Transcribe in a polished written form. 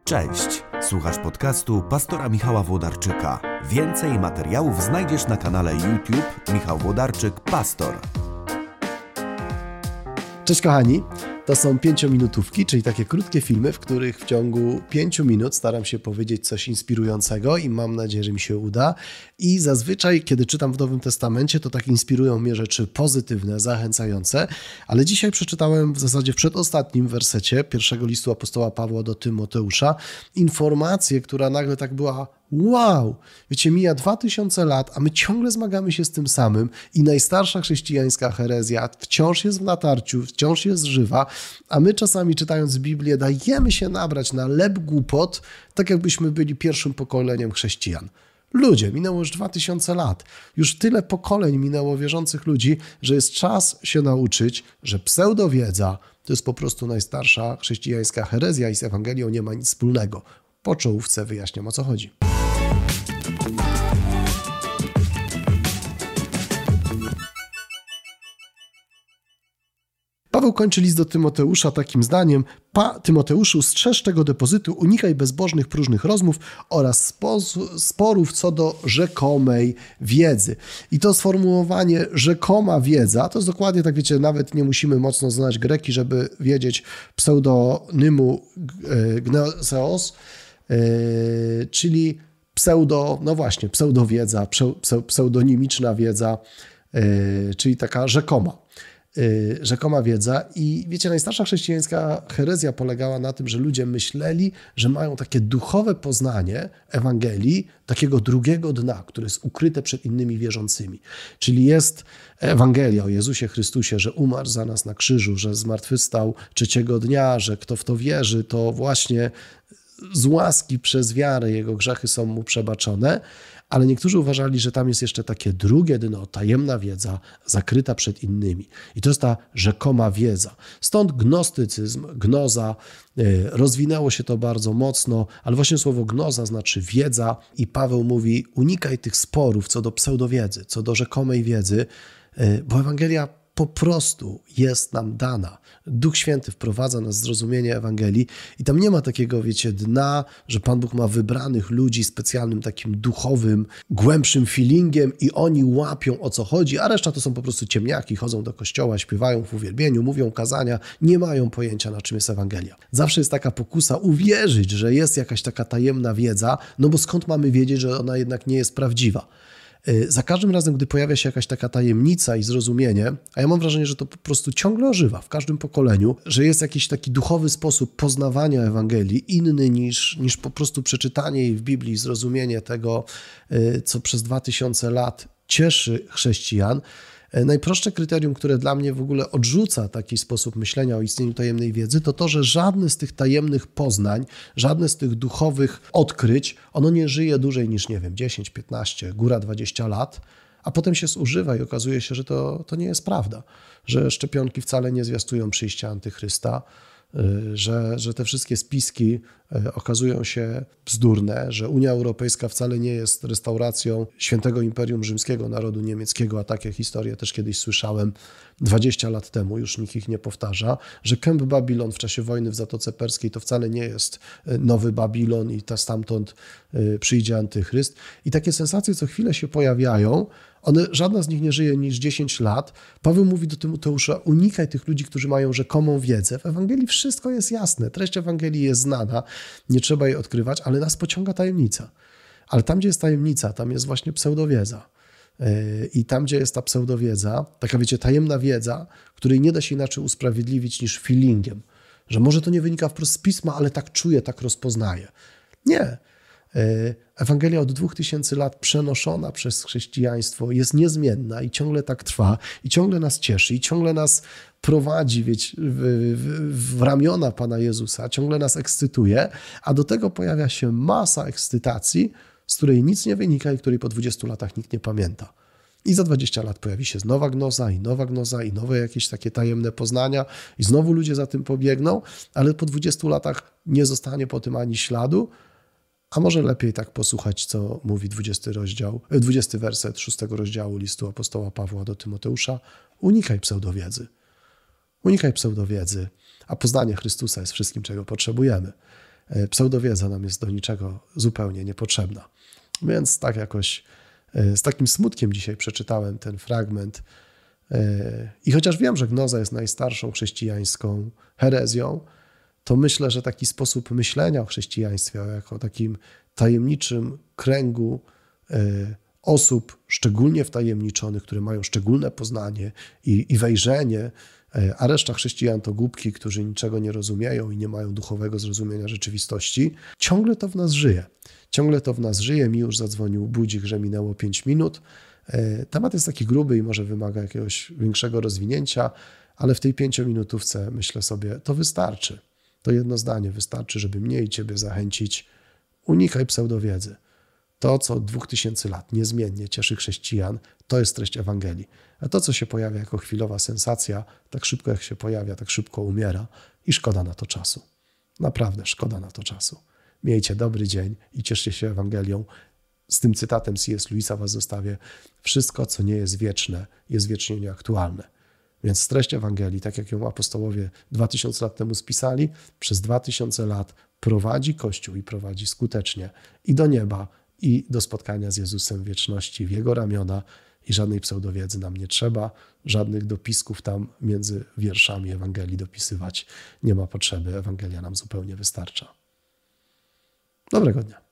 Cześć, słuchasz podcastu pastora Michała Włodarczyka. Więcej materiałów znajdziesz na kanale YouTube Michał Włodarczyk Pastor. Cześć kochani, to są 5-minutówki, czyli takie krótkie filmy, w których w ciągu 5 minut staram się powiedzieć coś inspirującego i mam nadzieję, że mi się uda. I zazwyczaj, kiedy czytam w Nowym Testamencie, to tak inspirują mnie rzeczy pozytywne, zachęcające, ale dzisiaj przeczytałem w zasadzie w przedostatnim wersecie pierwszego listu apostoła Pawła do Tymoteusza informację, która nagle tak była: wow, wiecie, mija 2000 lat, a my ciągle zmagamy się z tym samym i najstarsza chrześcijańska herezja wciąż jest w natarciu, wciąż jest żywa, a my czasami czytając Biblię dajemy się nabrać na lep głupot, tak jakbyśmy byli pierwszym pokoleniem chrześcijan. Ludzie, minęło już 2000 lat. Już tyle pokoleń minęło wierzących ludzi, że jest czas się nauczyć, że pseudowiedza to jest po prostu najstarsza chrześcijańska herezja i z Ewangelią nie ma nic wspólnego. Po czołówce wyjaśniam, o co chodzi. Paweł kończy list do Tymoteusza takim zdaniem: Tymoteuszu, strzeż tego depozytu, unikaj bezbożnych, próżnych rozmów oraz sporów co do rzekomej wiedzy. I to sformułowanie rzekoma wiedza, to jest dokładnie tak, wiecie, nawet nie musimy mocno znać greki, żeby wiedzieć pseudonymu gnoseos, czyli pseudowiedza, pseudonimiczna wiedza, czyli taka rzekoma wiedza. I wiecie, najstarsza chrześcijańska herezja polegała na tym, że ludzie myśleli, że mają takie duchowe poznanie Ewangelii, takiego drugiego dna, które jest ukryte przed innymi wierzącymi. Czyli jest Ewangelia o Jezusie Chrystusie, że umarł za nas na krzyżu, że zmartwychwstał trzeciego dnia, że kto w to wierzy, to właśnie z łaski przez wiarę jego grzechy są mu przebaczone, ale niektórzy uważali, że tam jest jeszcze takie drugie dno, tajemna wiedza zakryta przed innymi. I to jest ta rzekoma wiedza. Stąd gnostycyzm, gnoza, rozwinęło się to bardzo mocno, ale właśnie słowo gnoza znaczy wiedza i Paweł mówi: unikaj tych sporów co do pseudowiedzy, co do rzekomej wiedzy, bo Ewangelia po prostu jest nam dana. Duch Święty wprowadza nas w zrozumienie Ewangelii i tam nie ma takiego, wiecie, dna, że Pan Bóg ma wybranych ludzi specjalnym takim duchowym, głębszym feelingiem i oni łapią, o co chodzi, a reszta to są po prostu ciemniaki, chodzą do kościoła, śpiewają w uwielbieniu, mówią kazania, nie mają pojęcia, na czym jest Ewangelia. Zawsze jest taka pokusa uwierzyć, że jest jakaś taka tajemna wiedza, no bo skąd mamy wiedzieć, że ona jednak nie jest prawdziwa? Za każdym razem, gdy pojawia się jakaś taka tajemnica i zrozumienie, a ja mam wrażenie, że to po prostu ciągle ożywa w każdym pokoleniu, że jest jakiś taki duchowy sposób poznawania Ewangelii, inny niż po prostu przeczytanie jej w Biblii i zrozumienie tego, co przez 2000 lat cieszy chrześcijan. Najprostsze kryterium, które dla mnie w ogóle odrzuca taki sposób myślenia o istnieniu tajemnej wiedzy, to to, że żadne z tych tajemnych poznań, żadne z tych duchowych odkryć, ono nie żyje dłużej niż, 10, 15, góra 20 lat, a potem się zużywa i okazuje się, że to nie jest prawda, że szczepionki wcale nie zwiastują przyjścia Antychrysta, że te wszystkie spiski okazują się bzdurne, że Unia Europejska wcale nie jest restauracją świętego Imperium Rzymskiego, narodu niemieckiego, a takie historie też kiedyś słyszałem 20 lat temu, już nikt ich nie powtarza, że Kęp Babilon w czasie wojny w Zatoce Perskiej to wcale nie jest nowy Babilon i stamtąd przyjdzie Antychryst. I takie sensacje co chwilę się pojawiają, żadna z nich nie żyje niż 10 lat. Paweł mówi do Tymoteusza: unikaj tych ludzi, którzy mają rzekomą wiedzę. W Ewangelii wszystko jest jasne, treść Ewangelii jest znana, nie trzeba jej odkrywać, ale nas pociąga tajemnica. Ale tam, gdzie jest tajemnica, tam jest właśnie pseudowiedza. I tam, gdzie jest ta pseudowiedza, taka, wiecie, tajemna wiedza, której nie da się inaczej usprawiedliwić niż feelingiem, że może to nie wynika wprost z Pisma, ale tak czuję, tak rozpoznaję. Nie. Ewangelia od 2000 lat przenoszona przez chrześcijaństwo jest niezmienna i ciągle tak trwa i ciągle nas cieszy i ciągle nas prowadzi, wiecie, w ramiona Pana Jezusa, ciągle nas ekscytuje, a do tego pojawia się masa ekscytacji, z której nic nie wynika i której po 20 latach nikt nie pamięta. I za 20 lat pojawi się nowa gnoza i nowe jakieś takie tajemne poznania i znowu ludzie za tym pobiegną, ale po 20 latach nie zostanie po tym ani śladu. A może lepiej tak posłuchać, co mówi 20 werset 6 rozdziału listu apostoła Pawła do Tymoteusza. Unikaj pseudowiedzy, a poznanie Chrystusa jest wszystkim, czego potrzebujemy. Pseudowiedza nam jest do niczego zupełnie niepotrzebna. Więc tak jakoś z takim smutkiem dzisiaj przeczytałem ten fragment. I chociaż wiem, że gnoza jest najstarszą chrześcijańską herezją, to myślę, że taki sposób myślenia o chrześcijaństwie jako takim tajemniczym kręgu osób szczególnie wtajemniczonych, które mają szczególne poznanie i wejrzenie, a reszta chrześcijan to głupki, którzy niczego nie rozumieją i nie mają duchowego zrozumienia rzeczywistości, ciągle to w nas żyje. Ciągle to w nas żyje. Mi już zadzwonił budzik, że minęło 5 minut. Temat jest taki gruby i może wymaga jakiegoś większego rozwinięcia, ale w tej 5-minutówce myślę sobie, to wystarczy. To jedno zdanie wystarczy, żeby mnie i ciebie zachęcić. Unikaj pseudowiedzy. To, co od 2000 lat niezmiennie cieszy chrześcijan, to jest treść Ewangelii. A to, co się pojawia jako chwilowa sensacja, tak szybko jak się pojawia, tak szybko umiera i szkoda na to czasu. Naprawdę szkoda na to czasu. Miejcie dobry dzień i cieszcie się Ewangelią. Z tym cytatem C.S. Lewisa was zostawię. Wszystko, co nie jest wieczne, jest wiecznie nieaktualne. Więc treść Ewangelii, tak jak ją apostołowie 2000 lat temu spisali, przez 2000 lat prowadzi Kościół i prowadzi skutecznie i do nieba, i do spotkania z Jezusem w wieczności, w Jego ramiona i żadnej pseudowiedzy nam nie trzeba, żadnych dopisków tam między wierszami Ewangelii dopisywać nie ma potrzeby. Ewangelia nam zupełnie wystarcza. Dobrego dnia.